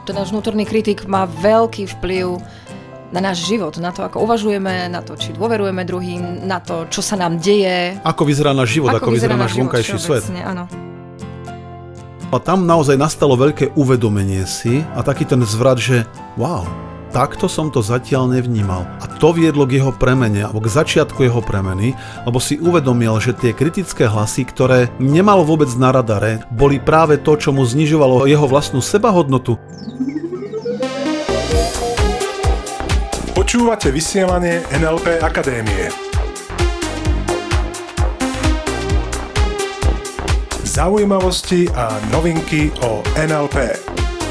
Ten náš vnútorný kritik má veľký vplyv na náš život, na to, ako uvažujeme, na to, či dôverujeme druhým, na to, čo sa nám deje. Ako vyzerá náš život, ako vyzerá náš vonkajší svet. Áno. A tam naozaj nastalo veľké uvedomenie si a taký ten zvrat, že wow, takto som to zatiaľ nevnímal. A to viedlo k jeho premene, alebo k začiatku jeho premeny, lebo si uvedomil, že tie kritické hlasy, ktoré nemal vôbec na radare, boli práve to, čo mu znižovalo jeho vlastnú sebahodnotu. Počúvate vysielanie NLP Akadémie. Zaujímavosti a novinky o NLP.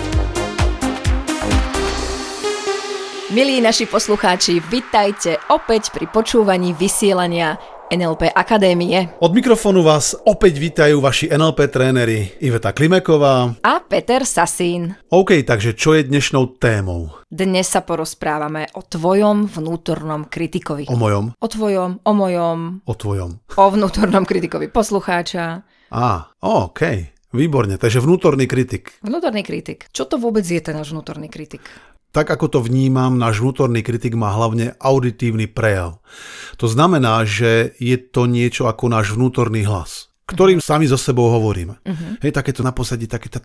Milí naši poslucháči, vitajte opäť pri počúvaní vysielania NLP Akadémie. Od mikrofónu vás opäť vítajú vaši NLP tréneri Iveta Klimeková a Peter Sasín. OK, takže čo je dnešnou témou? Dnes sa porozprávame o tvojom vnútornom kritikovi. O mojom? O tvojom, o mojom. O tvojom. O vnútornom kritikovi poslucháča. OK. Výborne, takže vnútorný kritik. Vnútorný kritik. Čo to vôbec je ten náš vnútorný kritik? Tak ako to vnímam, náš vnútorný kritik má hlavne auditívny prejav. To znamená, že je to niečo ako náš vnútorný hlas, ktorým sami so sebou hovoríme. Hej, takéto na posadí, takéto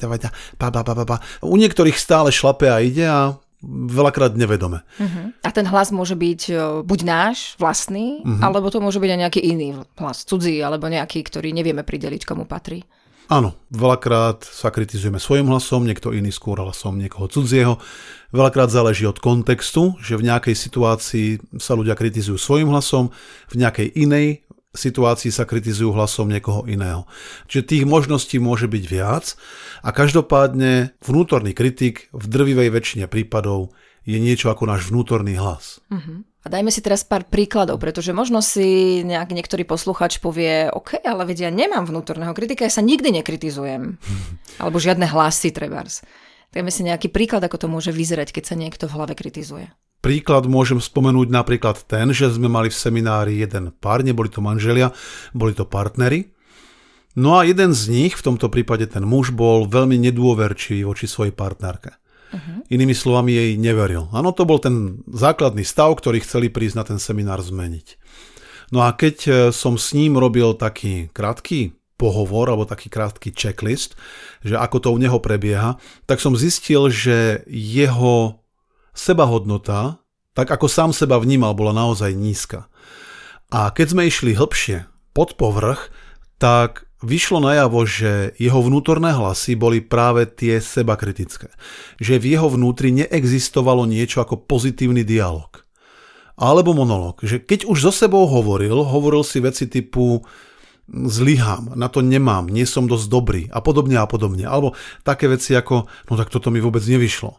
u niektorých stále šlape a ide a veľakrát nevedome. A ten hlas môže byť buď náš, vlastný, alebo to môže byť aj nejaký iný hlas, cudzí, alebo nejaký, ktorý nevieme prideliť, komu patrí. Áno, veľakrát sa kritizujeme svojim hlasom, niekto iný skôr hlasom niekoho cudzieho. Veľakrát záleží od kontextu, že v nejakej situácii sa ľudia kritizujú svojim hlasom, v nejakej inej situácii sa kritizujú hlasom niekoho iného. Čiže tých možností môže byť viac a každopádne vnútorný kritik v drvivej väčšine prípadov je niečo ako náš vnútorný hlas. A dajme si teraz pár príkladov, pretože možno si niektorý posluchač povie, OK, ale veď ja nemám vnútorného kritika, ja sa nikdy nekritizujem. Alebo žiadne hlasy trebárs. Dajme si nejaký príklad, ako to môže vyzerať, keď sa niekto v hlave kritizuje. Príklad môžem spomenúť napríklad ten, že sme mali v seminári jeden pár, neboli to manželia, boli to partneri. No a jeden z nich, v tomto prípade ten muž, bol veľmi nedôverčivý voči svojej partnerke. Inými slovami jej neveril. Áno, to bol ten základný stav, ktorý chceli prísť na ten seminár zmeniť. No a keď som s ním robil taký krátky pohovor, alebo taký krátky checklist, že ako to u neho prebieha, tak som zistil, že jeho sebahodnota, tak ako sám seba vnímal, bola naozaj nízka. A keď sme išli hlbšie pod povrch, tak vyšlo najavo, že jeho vnútorné hlasy boli práve tie sebakritické. Že v jeho vnútri neexistovalo niečo ako pozitívny dialog. Alebo monológ. Že keď už so sebou hovoril si veci typu zlyhám, na to nemám, nie som dosť dobrý a podobne a podobne. Alebo také veci ako, no tak toto mi vôbec nevyšlo.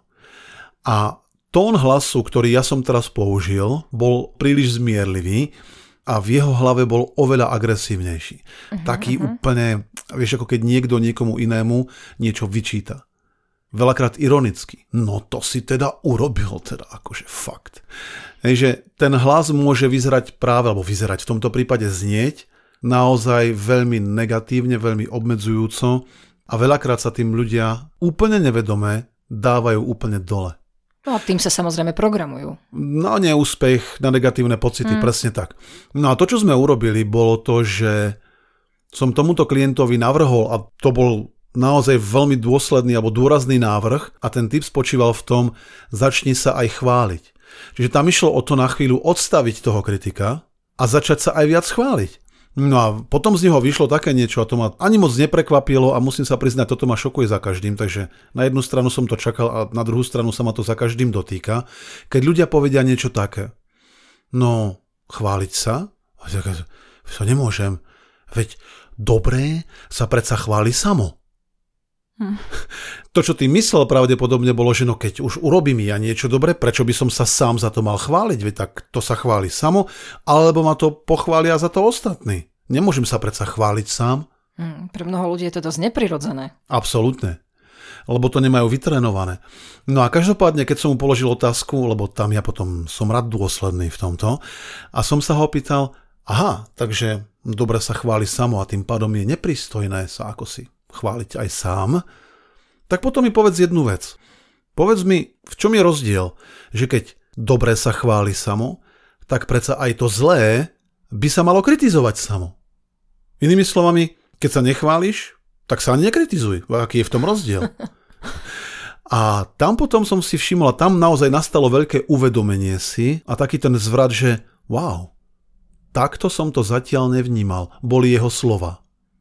A tón hlasu, ktorý ja som teraz použil, bol príliš zmierlivý, a v jeho hlave bol oveľa agresívnejší. Taký úplne, vieš, ako keď niekto niekomu inému niečo vyčíta. Veľakrát ironicky. No to si teda urobil, teda akože fakt. Takže ten hlas môže vyzerať práve, alebo vyzerať v tomto prípade znieť, naozaj veľmi negatívne, veľmi obmedzujúco a veľakrát sa tým ľudia úplne nevedome dávajú úplne dole. No a tým sa samozrejme programujú. No neúspech na negatívne pocity, presne tak. No a to, čo sme urobili, bolo to, že som tomuto klientovi navrhol, a to bol naozaj veľmi dôsledný alebo dôrazný návrh, a ten tip spočíval v tom, začni sa aj chváliť. Čiže tam išlo o to na chvíľu odstaviť toho kritika a začať sa aj viac chváliť. No a potom z neho vyšlo také niečo a to ma ani moc neprekvapilo a musím sa priznať, toto ma šokuje za každým, takže na jednu stranu som to čakal a na druhú stranu sa ma to za každým dotýka. Keď ľudia povedia niečo také, no chváliť sa? To nemôžem, veď dobré sa predsa chváli samo. To, čo ty myslel pravdepodobne bolo, že no keď už urobím ja niečo dobre, prečo by som sa sám za to mal chváliť? Veď tak to sa chváli samo, alebo ma to pochvália za to ostatní. Nemôžem sa predsa chváliť sám. Pre mnoho ľudí je to dosť neprirodzené. Absolútne. Lebo to nemajú vytrénované. No a každopádne, keď som mu položil otázku, lebo tam ja potom som rád dôsledný v tomto, a som sa ho opýtal, aha, takže dobre sa chváli samo a tým pádom je nepristojné sa ako si chváliť aj sám, tak potom mi povedz jednu vec. Povedz mi, v čom je rozdiel, že keď dobre sa chváli samo, tak predsa aj to zlé by sa malo kritizovať samo. Inými slovami, keď sa nechváliš, tak sa ani nekritizuj. Aký je v tom rozdiel? A tam potom som si všimol, a tam naozaj nastalo veľké uvedomenie si a taký ten zvrat, že wow, takto som to zatiaľ nevnímal. Boli jeho slova.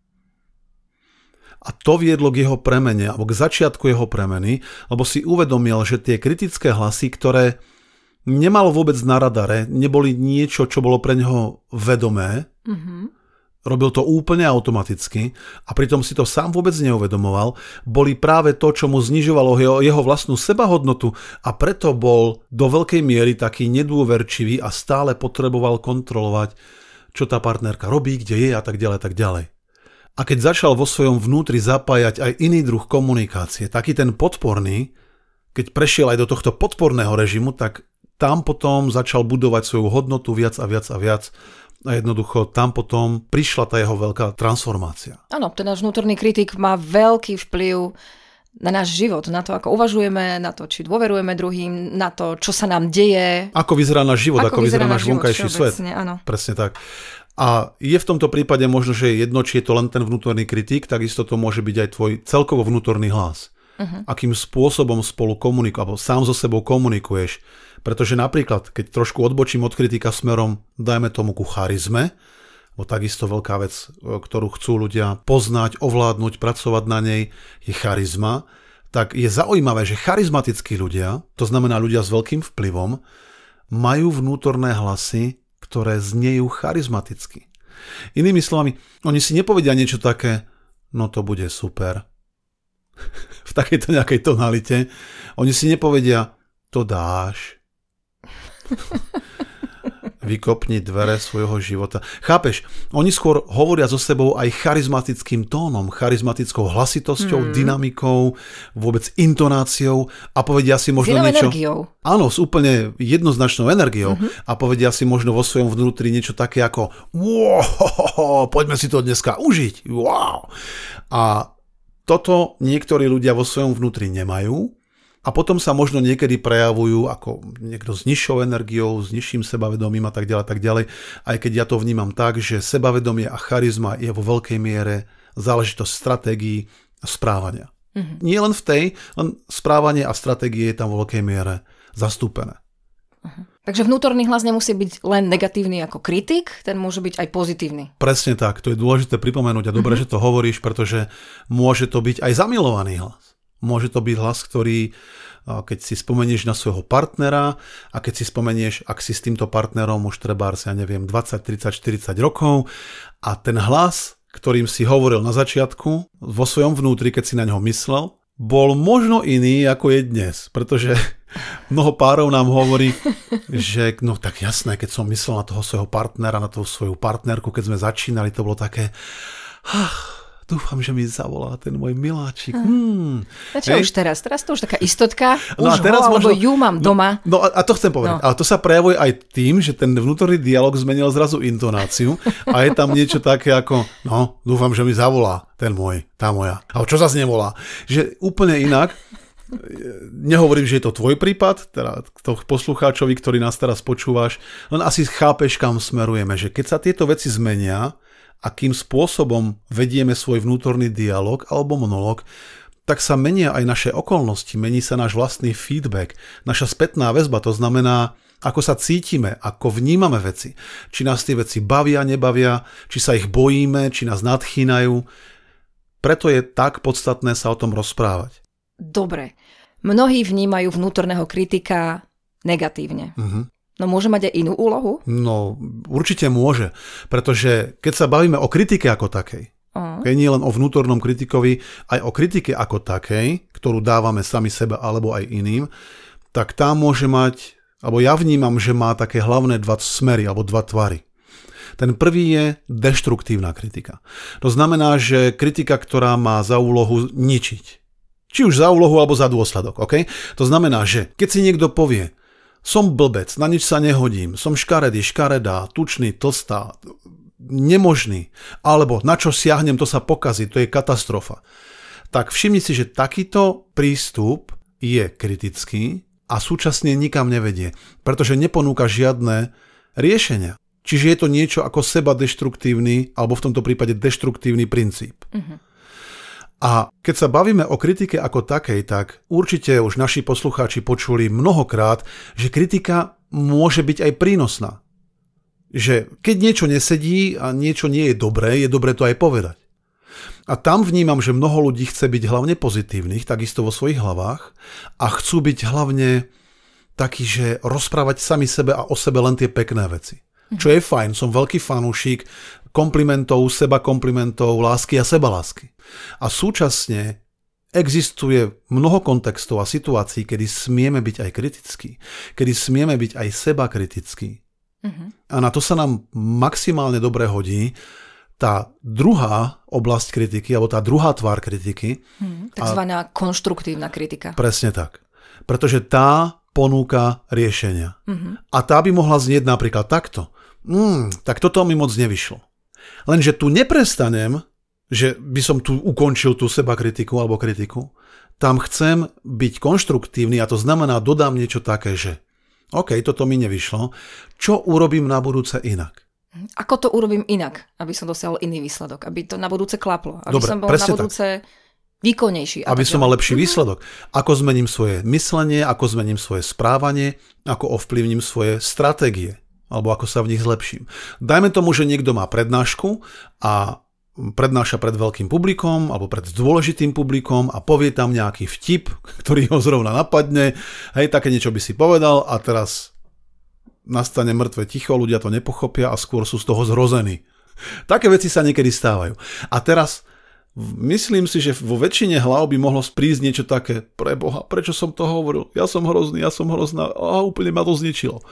A to viedlo k jeho premene, alebo k začiatku jeho premeny, lebo si uvedomil, že tie kritické hlasy, ktoré nemal vôbec na radare, neboli niečo, čo bolo pre neho vedomé, robil to úplne automaticky a pritom si to sám vôbec neuvedomoval, boli práve to, čo mu znižovalo jeho vlastnú sebahodnotu a preto bol do veľkej miery taký nedôverčivý a stále potreboval kontrolovať, čo tá partnerka robí, kde je a tak ďalej, tak ďalej. A keď začal vo svojom vnútri zapájať aj iný druh komunikácie, taký ten podporný, keď prešiel aj do tohto podporného režimu, tak tam potom začal budovať svoju hodnotu viac a viac a viac. A jednoducho tam potom prišla tá jeho veľká transformácia. Áno, ten náš vnútorný kritik má veľký vplyv na náš život, na to, ako uvažujeme, na to, či dôverujeme druhým, na to, čo sa nám deje. Ako vyzerá náš život, ako vyzerá náš vonkajší svet. Áno. Presne tak. A je v tomto prípade možno, že je jedno, či je to len ten vnútorný kritik, takisto to môže byť aj tvoj celkovo vnútorný hlas. Akým spôsobom spolu komunikuješ, alebo sám so sebou komunikuješ. Pretože napríklad, keď trošku odbočím od kritika smerom, dajme tomu ku charizme, bo takisto veľká vec, ktorú chcú ľudia poznať, ovládnuť, pracovať na nej, je charizma, tak je zaujímavé, že charizmatickí ľudia, to znamená ľudia s veľkým vplyvom, majú vnútorné hlasy, ktoré znejú charizmaticky. Inými slovami, oni si nepovedia niečo také, no to bude super. V takejto nejakej tonalite. Oni si nepovedia, to dáš. Vykopni dvere svojho života. Chápeš? Oni skôr hovoria so sebou aj charizmatickým tónom, charizmatickou hlasitosťou, dynamikou, vôbec intonáciou a povedia si možno niečo... energiou. Áno, s úplne jednoznačnou energiou a povedia si možno vo svojom vnútri niečo také ako wow, poďme si to dneska užiť. Wow. A toto niektorí ľudia vo svojom vnútri nemajú. A potom sa možno niekedy prejavujú ako niekto s nižšou energiou, s nižším sebavedomím a tak ďalej, aj keď ja to vnímam tak, že sebavedomie a charizma je vo veľkej miere záležitosť stratégií a správania. Nie len v tej, len správanie a stratégie je tam vo veľkej miere zastúpené. Takže vnútorný hlas nemusí byť len negatívny ako kritik, ten môže byť aj pozitívny. Presne tak, to je dôležité pripomenúť a dobre, že to hovoríš, pretože môže to byť aj zamilovaný hlas. Môže to byť hlas, ktorý, keď si spomenieš na svojho partnera a keď si spomenieš, ak si s týmto partnerom už trebárs, ja neviem, 20, 30, 40 rokov a ten hlas, ktorým si hovoril na začiatku, vo svojom vnútri, keď si na ňo myslel, bol možno iný, ako je dnes. Pretože mnoho párov nám hovorí, že no tak jasné, keď som myslel na toho svojho partnera, na tú svoju partnerku, keď sme začínali, to bolo také... Dúfam, že mi zavolá ten môj miláčik. Čo už teraz? Teraz to už taká istotka. No už teraz ho, alebo ju mám doma. No a to chcem povedať. Ale to sa prejavuje aj tým, že ten vnútorný dialog zmenil zrazu intonáciu a je tam niečo také ako, no, dúfam, že mi zavolá ten môj, tá moja. A čo zase nevolá? Že úplne inak. Nehovorím, že je to tvoj prípad, teda toho poslucháčovi, ktorý nás teraz počúvaš, len asi chápeš, kam smerujeme, že keď sa tieto veci zmenia, akým spôsobom vedieme svoj vnútorný dialog alebo monológ, tak sa menia aj naše okolnosti, mení sa náš vlastný feedback, naša spätná väzba, to znamená, ako sa cítime, ako vnímame veci. Či nás tie veci bavia, nebavia, či sa ich bojíme, či nás nadchýnajú. Preto je tak podstatné sa o tom rozprávať. Dobre. Mnohí vnímajú vnútorného kritika negatívne. No môže mať aj inú úlohu? No určite môže, pretože keď sa bavíme o kritike ako takej, nie len o vnútornom kritikovi, aj o kritike ako takej, ktorú dávame sami sebe alebo aj iným, tak tá môže mať, alebo ja vnímam, že má také hlavné dva smery alebo dva tvary. Ten prvý je deštruktívna kritika. To znamená, že kritika, ktorá má za úlohu ničiť. Či už za úlohu alebo za dôsledok. Okay? To znamená, že keď si niekto povie, som blbec, na nič sa nehodím, som škaredý, škaredá, tučný, tlstá, nemožný, alebo na čo siahnem, to sa pokazí, to je katastrofa. Tak všimni si, že takýto prístup je kritický a súčasne nikam nevedie, pretože neponúka žiadne riešenia. Čiže je to niečo ako sebadeštruktívny, alebo v tomto prípade deštruktívny princíp. A keď sa bavíme o kritike ako takej, tak určite už naši poslucháči počuli mnohokrát, že kritika môže byť aj prínosná. Že keď niečo nesedí a niečo nie je dobré to aj povedať. A tam vnímam, že mnoho ľudí chce byť hlavne pozitívnych, takisto vo svojich hlavách a chcú byť hlavne takí, že rozprávať sami sebe a o sebe len tie pekné veci. Čo je fajn, som veľký fanúšik komplimentov, sebakomplimentov, lásky a sebalásky. A súčasne existuje mnoho kontextov a situácií, kedy smieme byť aj kritickí, kedy smieme byť aj sebakritickí. A na to sa nám maximálne dobre hodí tá druhá oblasť kritiky, alebo tá druhá tvár kritiky. Takzvaná konštruktívna kritika. Presne tak. Pretože tá ponúka riešenia. A tá by mohla znieť napríklad takto. Tak toto mi moc nevyšlo. Lenže tu neprestanem, že by som tu ukončil tú sebakritiku alebo kritiku. Tam chcem byť konštruktívny a to znamená, dodám niečo také, že OK, toto mi nevyšlo. Čo urobím na budúce inak? Ako to urobím inak, aby som dosiahol iný výsledok? Aby to na budúce klaplo? Aby Dobre, som bol na budúce výkonnejší? Aby som mal lepší výsledok. Ako zmením svoje myslenie, ako zmením svoje správanie, ako ovplyvním svoje stratégie, alebo ako sa v nich zlepším. Dajme tomu, že niekto má prednášku a prednáša pred veľkým publikom alebo pred dôležitým publikom a povie tam nejaký vtip, ktorý ho zrovna napadne. Hej, také niečo by si povedal a teraz nastane mŕtve ticho, ľudia to nepochopia a skôr sú z toho zhrození. Také veci sa niekedy stávajú. A teraz myslím si, že vo väčšine hlav by mohlo sprísť niečo také, preboha, prečo som to hovoril? Ja som hrozný, ja som hrozná a úplne ma to zničilo.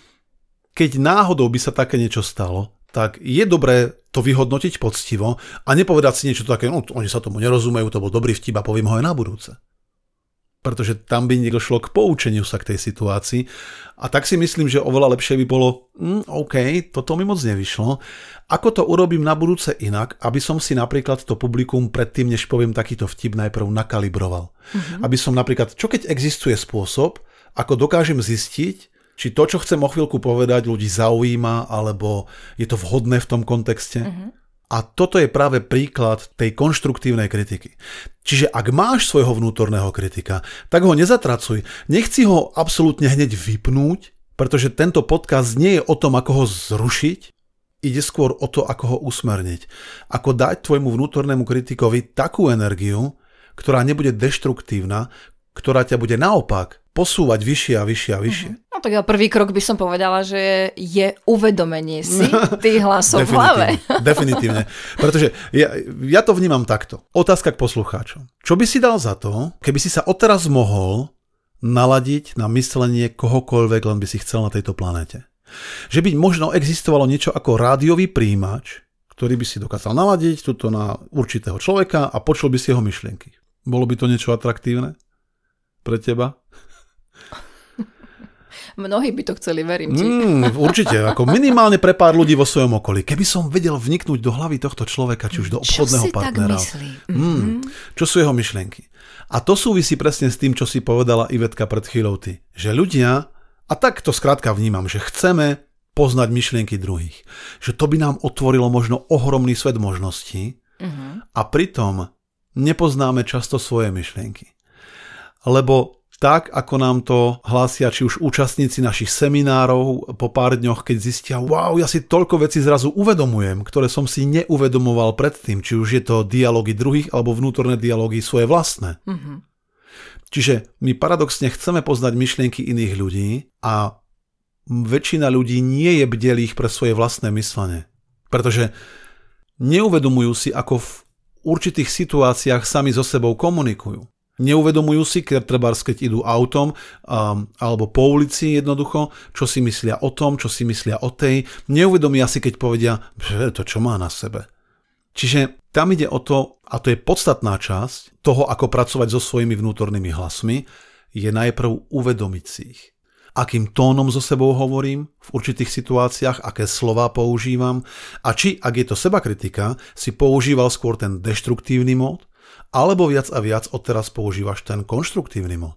Keď náhodou by sa také niečo stalo, tak je dobré to vyhodnotiť poctivo a nepovedať si niečo také, no oni sa tomu nerozumejú, to bol dobrý vtip a poviem ho aj na budúce. Pretože tam by nedošlo k poučeniu sa k tej situácii a tak si myslím, že oveľa lepšie by bolo OK, toto mi moc nevyšlo. Ako to urobím na budúce inak, aby som si napríklad to publikum predtým, než poviem takýto vtip, najprv nakalibroval. Aby som napríklad, čo keď existuje spôsob, ako dokážem zistiť, či to, čo chcem o chvíľku povedať, ľudí zaujíma, alebo je to vhodné v tom kontexte. A toto je práve príklad tej konštruktívnej kritiky. Čiže ak máš svojho vnútorného kritika, tak ho nezatracuj. Nechci ho absolútne hneď vypnúť, pretože tento podcast nie je o tom, ako ho zrušiť, ide skôr o to, ako ho usmerniť. Ako dať tvojmu vnútornému kritikovi takú energiu, ktorá nebude deštruktívna, ktorá ťa bude naopak posúvať vyššie a vyššie a vyššie. No tak ja prvý krok by som povedala, že je uvedomenie si tých hlasov v hlave. Definitívne. Pretože ja to vnímam takto. Otázka k poslucháčom. Čo by si dal za to, keby si sa odteraz mohol naladiť na myslenie kohokoľvek, len by si chcel na tejto planéte? Že by možno existovalo niečo ako rádiový príjimač, ktorý by si dokázal naladiť tuto na určitého človeka a počul by si jeho myšlienky. Bolo by to niečo atraktívne pre teba? Mnohí by to chceli, verím ti. Určite, ako minimálne pre pár ľudí vo svojom okolí. Keby som vedel vniknúť do hlavy tohto človeka, či už do obchodného partnera. Čo si tak myslí? Čo sú jeho myšlienky? A to súvisí presne s tým, čo si povedala Ivetka pred chvíľou ty. Že ľudia, a tak to skrátka vnímam, že chceme poznať myšlienky druhých. Že to by nám otvorilo možno ohromný svet možností a pritom nepoznáme často svoje myšlienky. Lebo tak, ako nám to hlásia či už účastníci našich seminárov po pár dňoch, keď zistia, wow, ja si toľko vecí zrazu uvedomujem, ktoré som si neuvedomoval predtým, či už je to dialógy druhých alebo vnútorné dialógy svoje vlastné. Čiže my paradoxne chceme poznať myšlienky iných ľudí a väčšina ľudí nie je bdelých pre svoje vlastné myslenie. Pretože neuvedomujú si, ako v určitých situáciách sami so sebou komunikujú. Neuvedomujú si, keď idú autom alebo po ulici jednoducho, čo si myslia o tom, čo si myslia o tej. Neuvedomia si, keď povedia, že to čo má na sebe. Čiže tam ide o to, a to je podstatná časť toho, ako pracovať so svojimi vnútornými hlasmi, je najprv uvedomiť si ich. Akým tónom so sebou hovorím v určitých situáciách, aké slová používam a či, ak je to sebakritika, si používal skôr ten deštruktívny mód, alebo viac a viac odteraz používaš ten konštruktívny mód.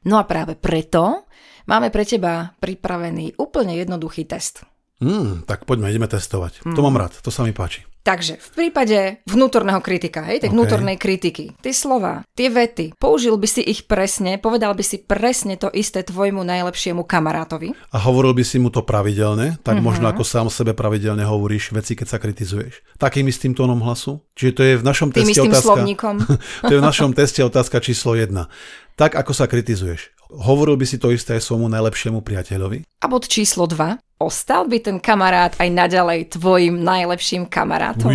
No a práve preto máme pre teba pripravený úplne jednoduchý test. Tak poďme, ideme testovať. To mám rád, to sa mi páči. Takže v prípade vnútorného kritika, tej vnútornej kritiky, tie slova, tie vety, použil by si ich presne, povedal by si presne to isté tvojmu najlepšiemu kamarátovi. A hovoril by si mu to pravidelne, tak možno ako sám sebe pravidelne hovoríš veci, keď sa kritizuješ. Takým istým tónom hlasu? Čiže to je v našom teste otázka. Slovníkom. To je v našom teste otázka číslo 1. Tak ako sa kritizuješ. Hovoril by si to isté aj svojmu najlepšiemu priateľovi? A bod číslo 2. Ostal by ten kamarát aj naďalej tvojim najlepším kamarátom?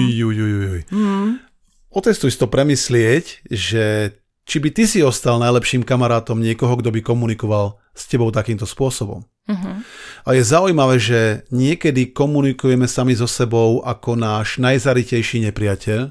Otestuj si to premyslieť, že či by ty si ostal najlepším kamarátom niekoho, kto by komunikoval s tebou takýmto spôsobom. A je zaujímavé, že niekedy komunikujeme sami so sebou ako náš najzaritejší nepriateľ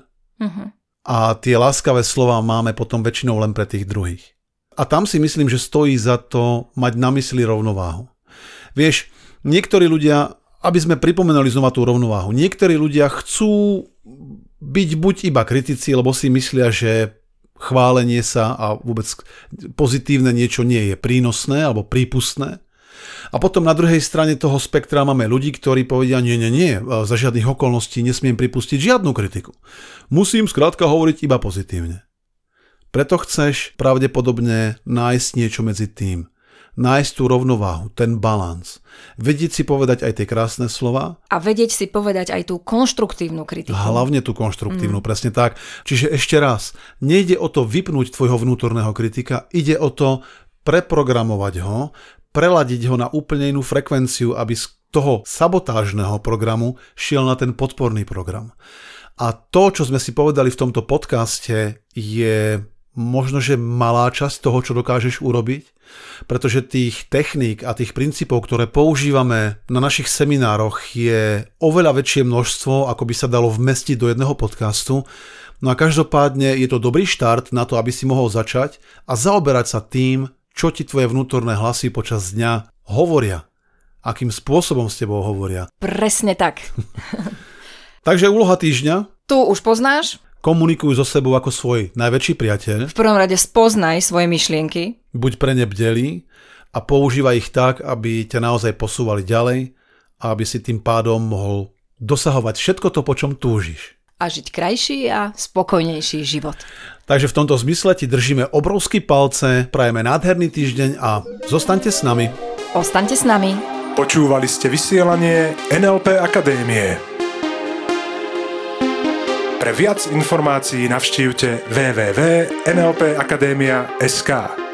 a tie láskavé slová máme potom väčšinou len pre tých druhých. A tam si myslím, že stojí za to mať na mysli rovnováhu. Vieš, niektorí ľudia, aby sme pripomenuli znova tú rovnováhu, niektorí ľudia chcú byť buď iba kritici, lebo si myslia, že chválenie sa a vôbec pozitívne niečo nie je prínosné alebo prípustné. A potom na druhej strane toho spektra máme ľudí, ktorí povedia, nie, za žiadnych okolností nesmiem pripustiť žiadnu kritiku. Musím skrátka hovoriť iba pozitívne. Preto chceš pravdepodobne nájsť niečo medzi tým. Nájsť tú rovnováhu, ten balans. Vedieť si povedať aj tie krásne slova. A vedieť si povedať aj tú konštruktívnu kritiku. Hlavne tú konštruktívnu, presne tak. Čiže ešte raz, nejde o to vypnúť tvojho vnútorného kritika, ide o to preprogramovať ho, preladiť ho na úplne inú frekvenciu, aby z toho sabotážneho programu šiel na ten podporný program. A to, čo sme si povedali v tomto podcaste, je možno, že malá časť toho, čo dokážeš urobiť, pretože tých techník a tých princípov, ktoré používame na našich seminároch, je oveľa väčšie množstvo, ako by sa dalo vmestiť do jedného podcastu. No a každopádne je to dobrý štart na to, aby si mohol začať a zaoberať sa tým, čo ti tvoje vnútorné hlasy počas dňa hovoria. Akým spôsobom s tebou hovoria. Presne tak. Takže úloha týždňa. Tu už poznáš. Komunikuj so sebou ako svoj najväčší priateľ. V prvom rade spoznaj svoje myšlienky. Buď pre ne bdelý a používaj ich tak, aby ťa naozaj posúvali ďalej a aby si tým pádom mohol dosahovať všetko to, po čom túžiš. A žiť krajší a spokojnejší život. Takže v tomto zmysle ti držíme obrovské palce, prajeme nádherný týždeň a zostaňte s nami. Ostaňte s nami. Počúvali ste vysielanie NLP Akadémie. Pre viac informácií navštívte www.nlpakademia.sk.